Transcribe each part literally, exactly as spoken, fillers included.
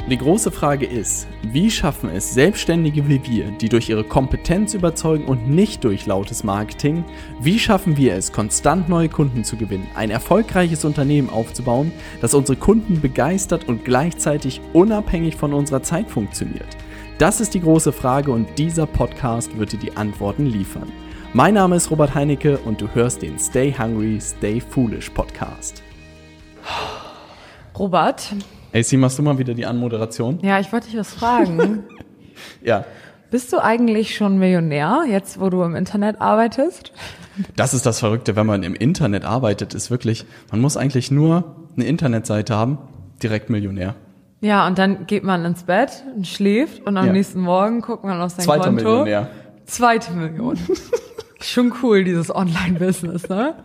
Die große Frage ist, wie schaffen es Selbstständige wie wir, die durch ihre Kompetenz überzeugen und nicht durch lautes Marketing, wie schaffen wir es, konstant neue Kunden zu gewinnen, ein erfolgreiches Unternehmen aufzubauen, das unsere Kunden begeistert und gleichzeitig unabhängig von unserer Zeit funktioniert? Das ist die große Frage und dieser Podcast wird dir die Antworten liefern. Mein Name ist Robert Heinecke und du hörst den Stay Hungry, Stay Foolish Podcast. Robert? Ey, Sie, machst du mal wieder die Anmoderation? Ja, ich wollte dich was fragen. Ja. Bist du eigentlich schon Millionär, jetzt wo du im Internet arbeitest? Das ist das Verrückte, wenn man im Internet arbeitet, ist wirklich, man muss eigentlich nur eine Internetseite haben, direkt Millionär. Ja, und dann geht man ins Bett und schläft und am Ja. nächsten Morgen guckt man auf sein Zweiter Konto. Millionär. Zweite Million. Schon cool, dieses Online-Business, ne?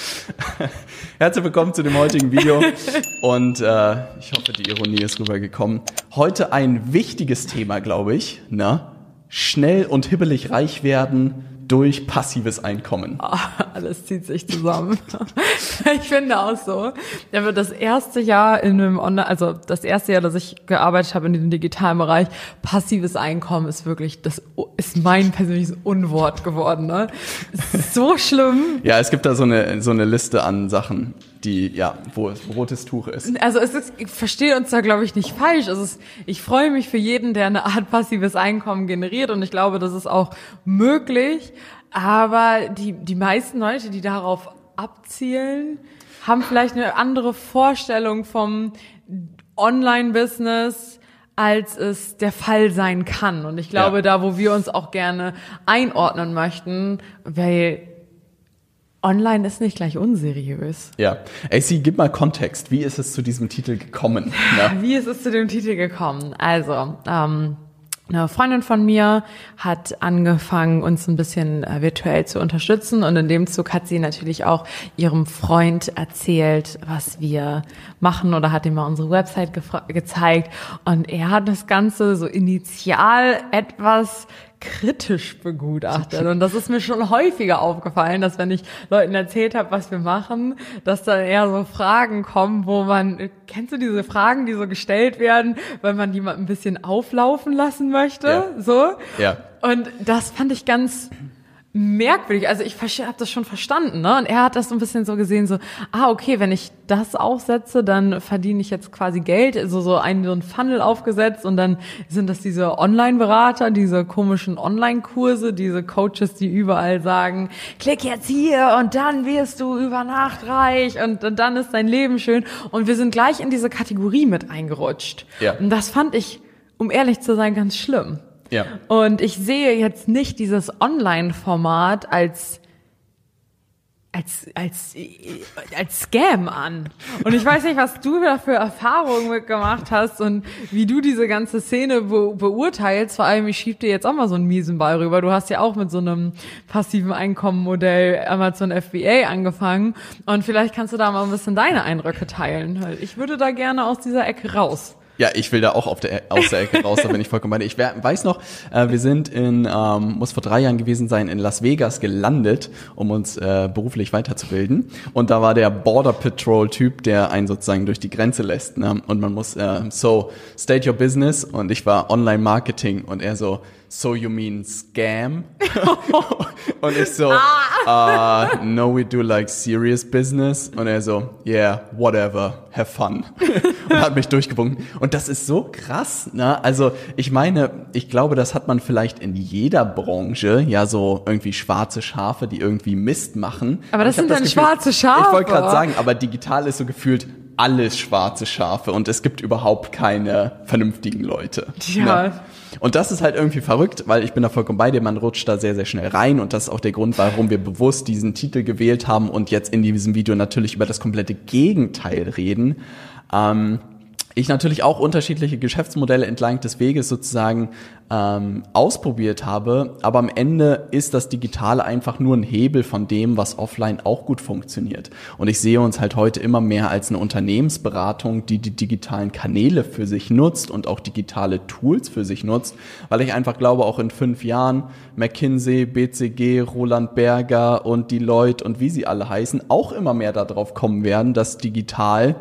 Herzlich willkommen zu dem heutigen Video und äh, ich hoffe, die Ironie ist rübergekommen. Heute ein wichtiges Thema, glaube ich, ne? Schnell und hibbelig reich werden durch passives Einkommen. Oh, alles zieht sich zusammen. Ich finde auch so. Da wird das erste Jahr in einem Online, also das erste Jahr, dass ich gearbeitet habe in diesem digitalen Bereich, passives Einkommen ist wirklich, das ist mein persönliches Unwort geworden, ne? Ist so schlimm. Ja, es gibt da so eine so eine Liste an Sachen, die, ja, wo es rotes Tuch ist. Also es ist, ich verstehe uns da, glaube ich, nicht falsch. Es ist, ich freue mich für jeden, der eine Art passives Einkommen generiert und ich glaube, das ist auch möglich. Aber die, die meisten Leute, die darauf abzielen, haben vielleicht eine andere Vorstellung vom Online-Business, als es der Fall sein kann. Und ich glaube, Ja. da, wo wir uns auch gerne einordnen möchten, weil Online ist nicht gleich unseriös. Ja. Ey, Sie, gib mal Kontext. Wie ist es zu diesem Titel gekommen? Ne? Wie ist es zu dem Titel gekommen? Also, ähm, eine Freundin von mir hat angefangen, uns ein bisschen äh, virtuell zu unterstützen und in dem Zug hat sie natürlich auch ihrem Freund erzählt, was wir machen oder hat ihm mal unsere Website gefra- gezeigt und er hat das Ganze so initial etwas kritisch begutachtet und das ist mir schon häufiger aufgefallen, dass wenn ich Leuten erzählt habe, was wir machen, dass dann eher so Fragen kommen, wo man, kennst du diese Fragen, die so gestellt werden, weil man die mal ein bisschen auflaufen lassen möchte, Ja. so? Ja. Und das fand ich ganz merkwürdig, also ich habe das schon verstanden, ne? Und er hat das so ein bisschen so gesehen, so, ah, okay, wenn ich das aufsetze, dann verdiene ich jetzt quasi Geld, also so ein, so ein Funnel aufgesetzt und dann sind das diese Online-Berater, diese komischen Online-Kurse, diese Coaches, die überall sagen, klick jetzt hier und dann wirst du über Nacht reich und, und dann ist dein Leben schön und wir sind gleich in diese Kategorie mit eingerutscht. Ja. Und das fand ich, um ehrlich zu sein, ganz schlimm. Ja. Und ich sehe jetzt nicht dieses Online-Format als als als als Scam an. Und ich weiß nicht, was du da für Erfahrungen mitgemacht hast und wie du diese ganze Szene be- beurteilst. Vor allem, ich schieb dir jetzt auch mal so einen miesen Ball rüber. Du hast ja auch mit so einem passiven Einkommenmodell Amazon F B A angefangen. Und vielleicht kannst du da mal ein bisschen deine Eindrücke teilen. Weil ich würde da gerne aus dieser Ecke raus. Ja, ich will da auch auf der, aus der Ecke raus, da bin ich vollkommen bei dir. Ich weiß noch, äh, wir sind in, ähm, muss vor drei Jahren gewesen sein, in Las Vegas gelandet, um uns äh, beruflich weiterzubilden. Und da war der Border Patrol Typ, der einen sozusagen durch die Grenze lässt. Ne? Und man muss, äh, so, state your business. Und ich war Online Marketing und er so, so you mean scam? Und ich so, uh, no, we do like serious business. Und er so, yeah, whatever, have fun. Und hat mich durchgewunken. Und das ist so krass, ne? Also ich meine, ich glaube, das hat man vielleicht in jeder Branche, ja, so irgendwie schwarze Schafe, die irgendwie Mist machen. Aber das Ich hab sind dann Gefühl, schwarze Schafe. Ich wollte gerade sagen, aber digital ist so gefühlt alles schwarze Schafe und es gibt überhaupt keine vernünftigen Leute. Ja. Ne? Und das ist halt irgendwie verrückt, weil ich bin da vollkommen bei dir, man rutscht da sehr, sehr schnell rein und das ist auch der Grund, warum wir bewusst diesen Titel gewählt haben und jetzt in diesem Video natürlich über das komplette Gegenteil reden. Ähm, ich natürlich auch unterschiedliche Geschäftsmodelle entlang des Weges sozusagen ähm, ausprobiert habe, aber am Ende ist das Digitale einfach nur ein Hebel von dem, was offline auch gut funktioniert. Und ich sehe uns halt heute immer mehr als eine Unternehmensberatung, die die digitalen Kanäle für sich nutzt und auch digitale Tools für sich nutzt, weil ich einfach glaube, auch in fünf Jahren McKinsey, B C G, Roland Berger und Deloitte und wie sie alle heißen, auch immer mehr darauf kommen werden, dass digital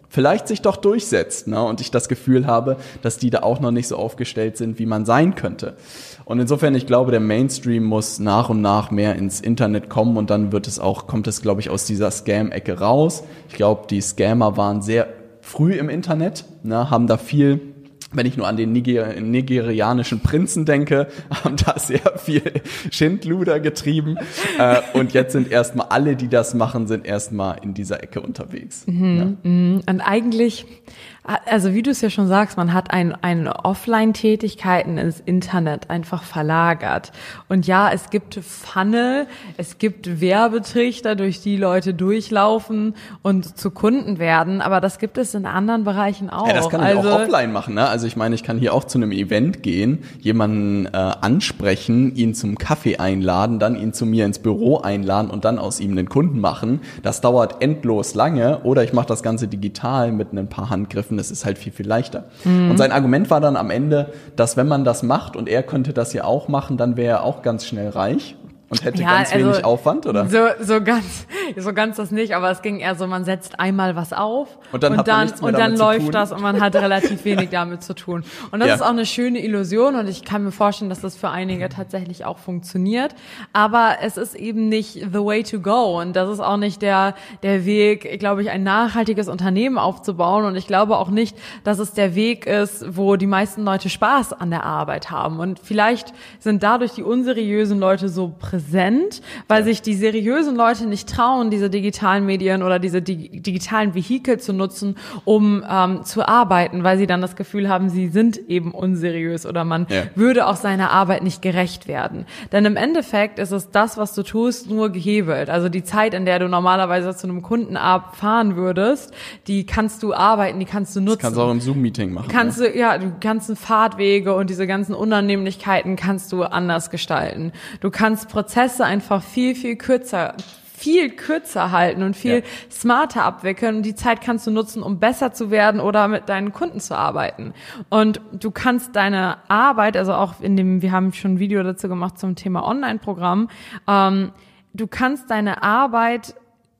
vielleicht sich doch durchsetzt, ne? Und ich das Gefühl habe, dass die da auch noch nicht so aufgestellt sind, wie man sein könnte. Und insofern, ich glaube, der Mainstream muss nach und nach mehr ins Internet kommen und dann wird es auch, kommt es, glaube ich, aus dieser Scam-Ecke raus. Ich glaube, die Scammer waren sehr früh im Internet, ne? Haben da viel, wenn ich nur an den Niger- nigerianischen Prinzen denke, haben da sehr viel Schindluder getrieben. äh, und jetzt sind erstmal alle, die das machen, sind erstmal in dieser Ecke unterwegs. Mhm, ja. mhm. Und eigentlich, also wie du es ja schon sagst, man hat ein, ein Offline-Tätigkeiten ins Internet einfach verlagert. Und ja, es gibt Funnel, es gibt Werbetrichter, durch die Leute durchlaufen und zu Kunden werden, aber das gibt es in anderen Bereichen auch. Ja, das kann ich also, auch offline machen, ne? Also ich meine, ich kann hier auch zu einem Event gehen, jemanden äh, ansprechen, ihn zum Kaffee einladen, dann ihn zu mir ins Büro einladen und dann aus ihm einen Kunden machen. Das dauert endlos lange. Oder ich mache das Ganze digital mit ein paar Handgriffen. Das ist halt viel, viel leichter. Mhm. Und sein Argument war dann am Ende, dass wenn man das macht und er könnte das ja auch machen, dann wäre er auch ganz schnell reich. Und hätte ja, ganz wenig also Aufwand, oder? So, so ganz, so ganz das nicht, aber es ging eher so, man setzt einmal was auf und dann, und hat man dann, nichts mehr und dann damit läuft zu tun. das und man hat relativ wenig damit zu tun. Und das ja. ist auch eine schöne Illusion und ich kann mir vorstellen, dass das für einige tatsächlich auch funktioniert. Aber es ist eben nicht the way to go und das ist auch nicht der, der Weg, glaube ich, ein nachhaltiges Unternehmen aufzubauen und ich glaube auch nicht, dass es der Weg ist, wo die meisten Leute Spaß an der Arbeit haben. Und vielleicht sind dadurch die unseriösen Leute so präsent, weil ja. sich die seriösen Leute nicht trauen, diese digitalen Medien oder diese dig- digitalen Vehikel zu nutzen, um ähm, zu arbeiten, weil sie dann das Gefühl haben, sie sind eben unseriös oder man ja. würde auch seiner Arbeit nicht gerecht werden. Denn im Endeffekt ist es das, was du tust, nur gehebelt. Also die Zeit, in der du normalerweise zu einem Kunden fahren würdest, die kannst du arbeiten, die kannst du nutzen. Das kannst du auch im Zoom-Meeting machen. Kannst ja. du, ja, du ganzen Fahrtwege und diese ganzen Unannehmlichkeiten kannst du anders gestalten. Du kannst Prozesse einfach viel, viel kürzer, viel kürzer halten und viel ja. smarter abwickeln. Und die Zeit kannst du nutzen, um besser zu werden oder mit deinen Kunden zu arbeiten. Und du kannst deine Arbeit, also auch in dem, wir haben schon ein Video dazu gemacht zum Thema Online-Programm, ähm, du kannst deine Arbeit,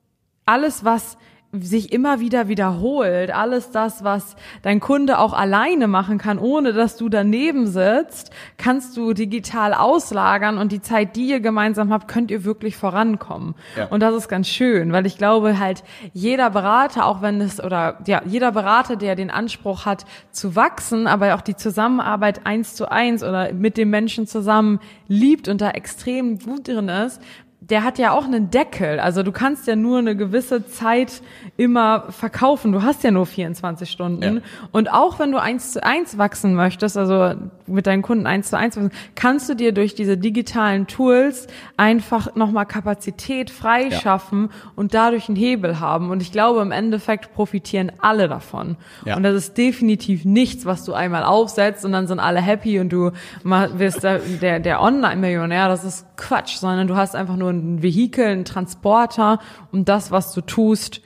alles was sich immer wieder wiederholt, alles das, was dein Kunde auch alleine machen kann, ohne dass du daneben sitzt, kannst du digital auslagern und die Zeit, die ihr gemeinsam habt, könnt ihr wirklich vorankommen. Ja. Und das ist ganz schön, weil ich glaube halt, jeder Berater, auch wenn es, oder ja, jeder Berater, der den Anspruch hat, zu wachsen, aber auch die Zusammenarbeit eins zu eins oder mit dem Menschen zusammen liebt und da extrem gut drin ist, der hat ja auch einen Deckel. Also du kannst ja nur eine gewisse Zeit immer verkaufen. Du hast ja nur vierundzwanzig Stunden. Ja. Und auch wenn du eins zu eins wachsen möchtest, also mit deinen Kunden eins zu eins wachsen, kannst du dir durch diese digitalen Tools einfach nochmal Kapazität freischaffen ja. und dadurch einen Hebel haben. Und ich glaube, im Endeffekt profitieren alle davon. Ja. Und das ist definitiv nichts, was du einmal aufsetzt und dann sind alle happy und du wirst der, der Online-Millionär. Das ist Quatsch, sondern du hast einfach nur ein Vehikel, ein Transporter, um das, was du tust,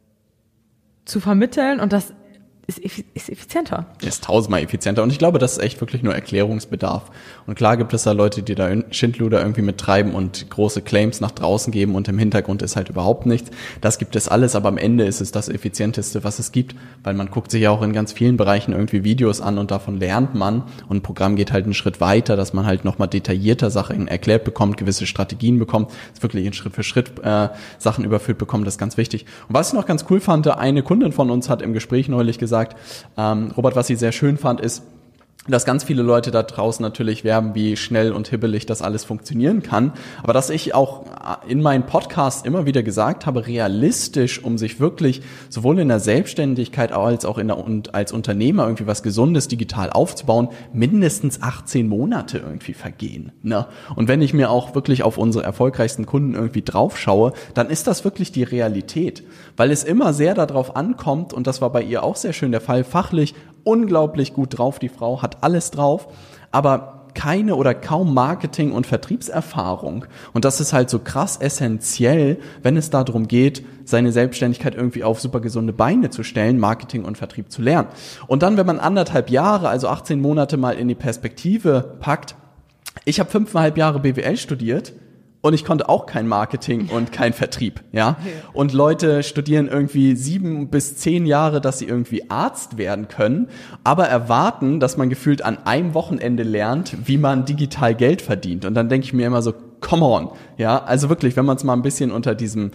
zu vermitteln und das ist, ist effizienter. Ist tausendmal effizienter und ich glaube, das ist echt wirklich nur Erklärungsbedarf. Und klar gibt es da Leute, die da Schindluder irgendwie mittreiben und große Claims nach draußen geben und im Hintergrund ist halt überhaupt nichts. Das gibt es alles, aber am Ende ist es das Effizienteste, was es gibt, weil man guckt sich ja auch in ganz vielen Bereichen irgendwie Videos an und davon lernt man und ein Programm geht halt einen Schritt weiter, dass man halt nochmal detaillierter Sachen erklärt bekommt, gewisse Strategien bekommt, dass wirklich in Schritt für Schritt äh, Sachen überführt bekommt, das ist ganz wichtig. Und was ich noch ganz cool fand, eine Kundin von uns hat im Gespräch neulich gesagt, Sagt, ähm, Robert, was sie sehr schön fand, ist, dass ganz viele Leute da draußen natürlich werben, wie schnell und hibbelig das alles funktionieren kann. Aber dass ich auch in meinen Podcasts immer wieder gesagt habe, realistisch, um sich wirklich sowohl in der Selbstständigkeit als auch in der, und als Unternehmer irgendwie was Gesundes digital aufzubauen, mindestens achtzehn Monate irgendwie vergehen. Ne? Und wenn ich mir auch wirklich auf unsere erfolgreichsten Kunden irgendwie drauf schaue, dann ist das wirklich die Realität. Weil es immer sehr darauf ankommt, und das war bei ihr auch sehr schön der Fall, fachlich unglaublich gut drauf, die Frau hat alles drauf, aber keine oder kaum Marketing- und Vertriebserfahrung. Und das ist halt so krass essentiell, wenn es darum geht, seine Selbstständigkeit irgendwie auf super gesunde Beine zu stellen, Marketing und Vertrieb zu lernen. Und dann, wenn man anderthalb Jahre, also achtzehn Monate mal in die Perspektive packt, ich habe fünfeinhalb Jahre B W L studiert Und ich konnte auch kein Marketing und kein Vertrieb, ja. Und Leute studieren irgendwie sieben bis zehn Jahre, dass sie irgendwie Arzt werden können, aber erwarten, dass man gefühlt an einem Wochenende lernt, wie man digital Geld verdient. Und dann denke ich mir immer so, come on, ja. Also wirklich, wenn man es mal ein bisschen unter diesem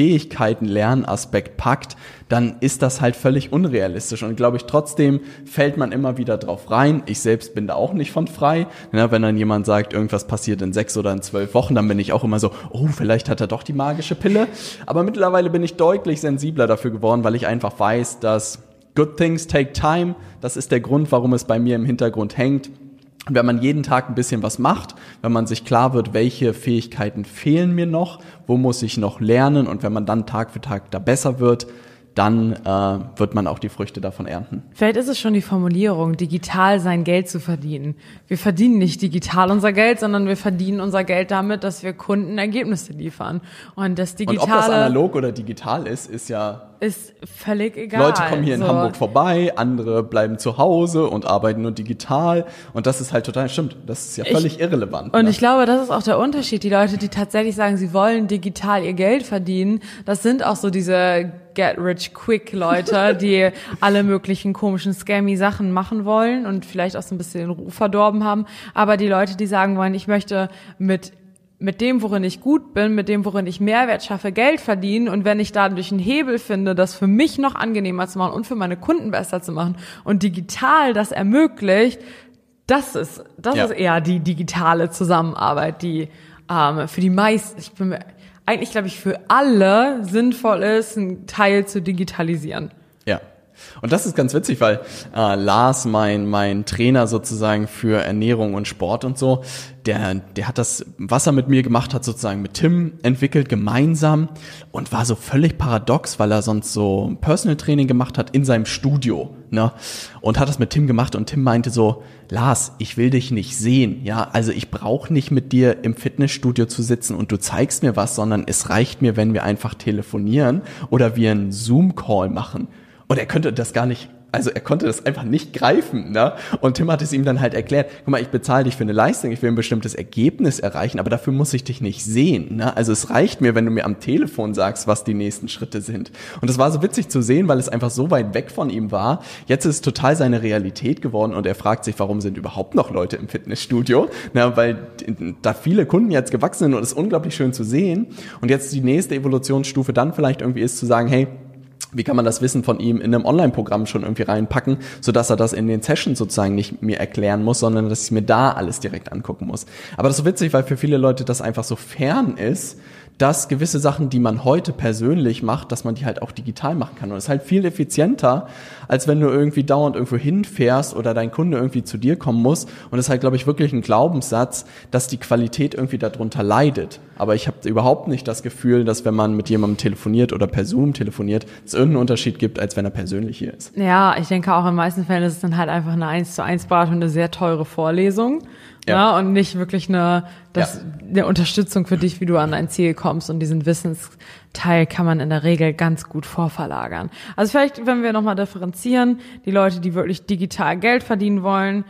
Fähigkeiten-Lernaspekt packt, dann ist das halt völlig unrealistisch. Und glaube ich, trotzdem fällt man immer wieder drauf rein. Ich selbst bin da auch nicht von frei. Ja, wenn dann jemand sagt, irgendwas passiert in sechs oder in zwölf Wochen, dann bin ich auch immer so, oh, vielleicht hat er doch die magische Pille. Aber mittlerweile bin ich deutlich sensibler dafür geworden, weil ich einfach weiß, dass good things take time. Das ist der Grund, warum es bei mir im Hintergrund hängt. Und wenn man jeden Tag ein bisschen was macht, wenn man sich klar wird, welche Fähigkeiten fehlen mir noch, wo muss ich noch lernen, und wenn man dann Tag für Tag da besser wird, dann äh, wird man auch die Früchte davon ernten. Vielleicht ist es schon die Formulierung, digital sein Geld zu verdienen. Wir verdienen nicht digital unser Geld, sondern wir verdienen unser Geld damit, dass wir Kunden Ergebnisse liefern. Und das Digitale... Und ob das analog oder digital ist, ist ja... ist völlig egal. Leute kommen hier in so. Hamburg vorbei, andere bleiben zu Hause und arbeiten nur digital. Und das ist halt total, stimmt, das ist ja völlig ich, irrelevant. Und ne? ich glaube, das ist auch der Unterschied. Die Leute, die tatsächlich sagen, sie wollen digital ihr Geld verdienen, das sind auch so diese Get-Rich-Quick-Leute, die alle möglichen komischen, scammy Sachen machen wollen und vielleicht auch so ein bisschen den Ruf verdorben haben. Aber die Leute, die sagen wollen, ich möchte mit mit dem, worin ich gut bin, mit dem, worin ich Mehrwert schaffe, Geld verdienen, und wenn ich dadurch einen Hebel finde, das für mich noch angenehmer zu machen und für meine Kunden besser zu machen und digital das ermöglicht, das ist das ja. ist eher die digitale Zusammenarbeit, die ähm, für die meisten, ich bin mir, eigentlich glaube ich für alle sinnvoll ist, einen Teil zu digitalisieren. Ja. Und das ist ganz witzig, weil äh, Lars, mein mein Trainer sozusagen für Ernährung und Sport und so, der der hat das, was er mit mir gemacht hat, sozusagen mit Tim entwickelt, gemeinsam, und war so völlig paradox, weil er sonst so Personal Training gemacht hat in seinem Studio, ne? Und hat das mit Tim gemacht, und Tim meinte so, Lars, ich will dich nicht sehen, ja, also ich brauche nicht mit dir im Fitnessstudio zu sitzen und du zeigst mir was, sondern es reicht mir, wenn wir einfach telefonieren oder wir einen Zoom-Call machen. Und er könnte das gar nicht, also er konnte das einfach nicht greifen, ne? Und Tim hat es ihm dann halt erklärt, guck mal, ich bezahle dich für eine Leistung, ich will ein bestimmtes Ergebnis erreichen, aber dafür muss ich dich nicht sehen, ne? Also es reicht mir, wenn du mir am Telefon sagst, was die nächsten Schritte sind. Und das war so witzig zu sehen, weil es einfach so weit weg von ihm war. Jetzt ist es total seine Realität geworden, und er fragt sich, warum sind überhaupt noch Leute im Fitnessstudio? Na, weil da viele Kunden jetzt gewachsen sind, und es ist unglaublich schön zu sehen. Und jetzt die nächste Evolutionsstufe dann vielleicht irgendwie ist zu sagen, hey, wie kann man das Wissen von ihm in einem Online-Programm schon irgendwie reinpacken, sodass er das in den Sessions sozusagen nicht mir erklären muss, sondern dass ich mir da alles direkt angucken muss. Aber das ist so witzig, weil für viele Leute das einfach so fern ist, dass gewisse Sachen, die man heute persönlich macht, dass man die halt auch digital machen kann. Und es ist halt viel effizienter, als wenn du irgendwie dauernd irgendwo hinfährst oder dein Kunde irgendwie zu dir kommen muss. Und das ist halt, glaube ich, wirklich ein Glaubenssatz, dass die Qualität irgendwie darunter leidet. Aber ich habe überhaupt nicht das Gefühl, dass wenn man mit jemandem telefoniert oder per Zoom telefoniert, es irgendeinen Unterschied gibt, als wenn er persönlich hier ist. Ja, ich denke auch in den meisten Fällen ist es dann halt einfach eine eins zu eins Beratung, eine sehr teure Vorlesung. Ja. Ne, und nicht wirklich eine, das, ja. eine Unterstützung für dich, wie du an dein Ziel kommst. Und diesen Wissensteil kann man in der Regel ganz gut vorverlagern. Also vielleicht, wenn wir nochmal differenzieren, die Leute, die wirklich digital Geld verdienen wollen,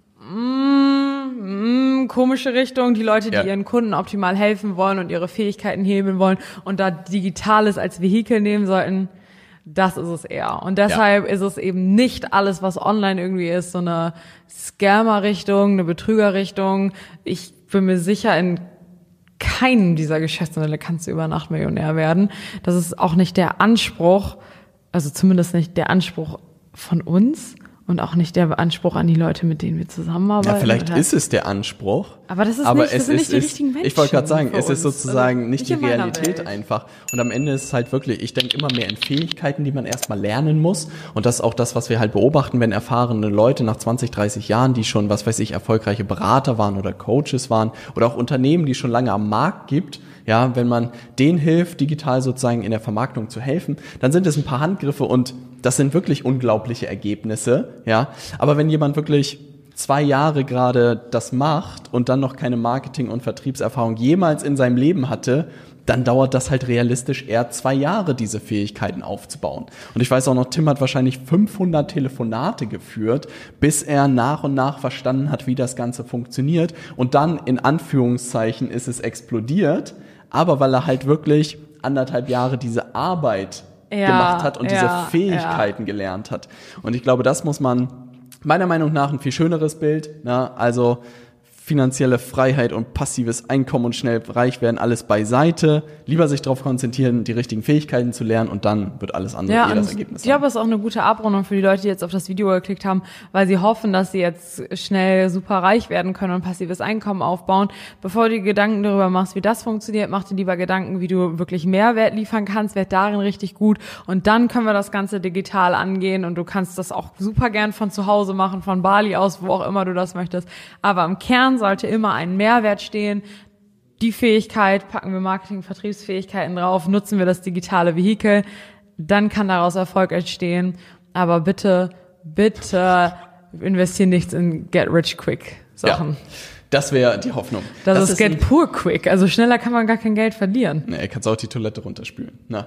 mm, mm, komische Richtung. Die Leute, die ja. ihren Kunden optimal helfen wollen und ihre Fähigkeiten hebeln wollen und da Digitales als Vehikel nehmen sollten, das ist es eher. Und deshalb ja. ist es eben nicht alles, was online irgendwie ist, so eine Scammer-Richtung, eine Betrüger-Richtung. Ich bin mir sicher, in keinem dieser Geschäftsmodelle kannst du über Nacht Millionär werden. Das ist auch nicht der Anspruch, also zumindest nicht der Anspruch von uns. Und auch nicht der Anspruch an die Leute, mit denen wir zusammenarbeiten. Ja, vielleicht ist es der Anspruch. Aber das ist aber nicht, das es sind ist, nicht die ist, richtigen Menschen. Ich wollte gerade sagen, es uns. ist sozusagen also, nicht die Realität einfach. Und am Ende ist es halt wirklich, ich denke immer mehr in Fähigkeiten, die man erstmal lernen muss. Und das ist auch das, was wir halt beobachten, wenn erfahrene Leute nach zwanzig, dreißig Jahren, die schon, was weiß ich, erfolgreiche Berater waren oder Coaches waren oder auch Unternehmen, die schon lange am Markt gibt, ja, wenn man denen hilft, digital sozusagen in der Vermarktung zu helfen, dann sind es ein paar Handgriffe und das sind wirklich unglaubliche Ergebnisse, ja. Aber wenn jemand wirklich zwei Jahre gerade das macht und dann noch keine Marketing- und Vertriebserfahrung jemals in seinem Leben hatte, dann dauert das halt realistisch eher zwei Jahre, diese Fähigkeiten aufzubauen. Und ich weiß auch noch, Tim hat wahrscheinlich fünfhundert Telefonate geführt, bis er nach und nach verstanden hat, wie das Ganze funktioniert. Und dann, in Anführungszeichen, ist es explodiert, aber weil er halt wirklich anderthalb Jahre diese Arbeit ja, gemacht hat und ja, diese Fähigkeiten ja. gelernt hat. Und ich glaube, das muss man meiner Meinung nach ein viel schöneres Bild, ne? Also finanzielle Freiheit und passives Einkommen und schnell reich werden, alles beiseite. Lieber sich darauf konzentrieren, die richtigen Fähigkeiten zu lernen und dann wird alles andere ja, eh das Ergebnis. Ich glaube, es ist auch eine gute Abrundung für die Leute, die jetzt auf das Video geklickt haben, weil sie hoffen, dass sie jetzt schnell super reich werden können und passives Einkommen aufbauen. Bevor du dir Gedanken darüber machst, wie das funktioniert, mach dir lieber Gedanken, wie du wirklich Mehrwert liefern kannst, werd darin richtig gut und dann können wir das Ganze digital angehen und du kannst das auch super gern von zu Hause machen, von Bali aus, wo auch immer du das möchtest. Aber im Kern sollte immer ein Mehrwert stehen. Die Fähigkeit, packen wir Marketing- Vertriebsfähigkeiten drauf, nutzen wir das digitale Vehikel, dann kann daraus Erfolg entstehen. Aber bitte, bitte investieren nichts in Get-Rich-Quick-Sachen. Ja, das wäre die Hoffnung. Das, das ist, ist Get Poor Quick. Also schneller kann man gar kein Geld verlieren. Nee, kannst auch die Toilette runterspülen. Na.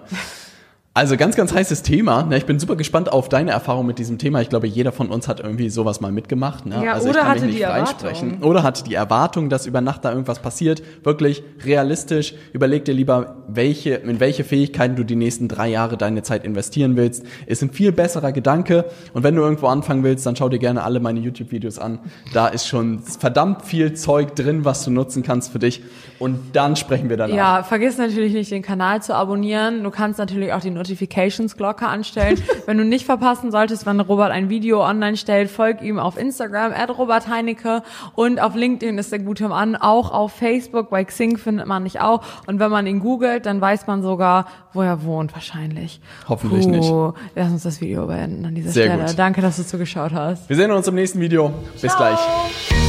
Also ganz, ganz heißes Thema. Ich bin super gespannt auf deine Erfahrung mit diesem Thema. Ich glaube, jeder von uns hat irgendwie sowas mal mitgemacht. Ne? Ja, also oder ich kann hatte mich nicht die freisprechen. Erwartung. Oder hatte die Erwartung, dass über Nacht da irgendwas passiert. Wirklich realistisch. Überleg dir lieber, welche, in welche Fähigkeiten du die nächsten drei Jahre deine Zeit investieren willst. Ist ein viel besserer Gedanke. Und wenn du irgendwo anfangen willst, dann schau dir gerne alle meine YouTube-Videos an. Da ist schon verdammt viel Zeug drin, was du nutzen kannst für dich. Und dann sprechen wir danach. Ja, vergiss natürlich nicht, den Kanal zu abonnieren. Du kannst natürlich auch die Notifications-Glocke anstellen. Wenn du nicht verpassen solltest, wenn Robert ein Video online stellt, folg ihm auf Instagram, at Robert Heinecke. Und auf LinkedIn ist der gute Mann. Auch auf Facebook, bei Xing findet man dich auch. Und wenn man ihn googelt, dann weiß man sogar, wo er wohnt wahrscheinlich. Hoffentlich Puh, nicht. Lass uns das Video beenden an dieser Sehr Stelle. Gut. Danke, dass du zugeschaut hast. Wir sehen uns im nächsten Video. Bis Ciao. gleich.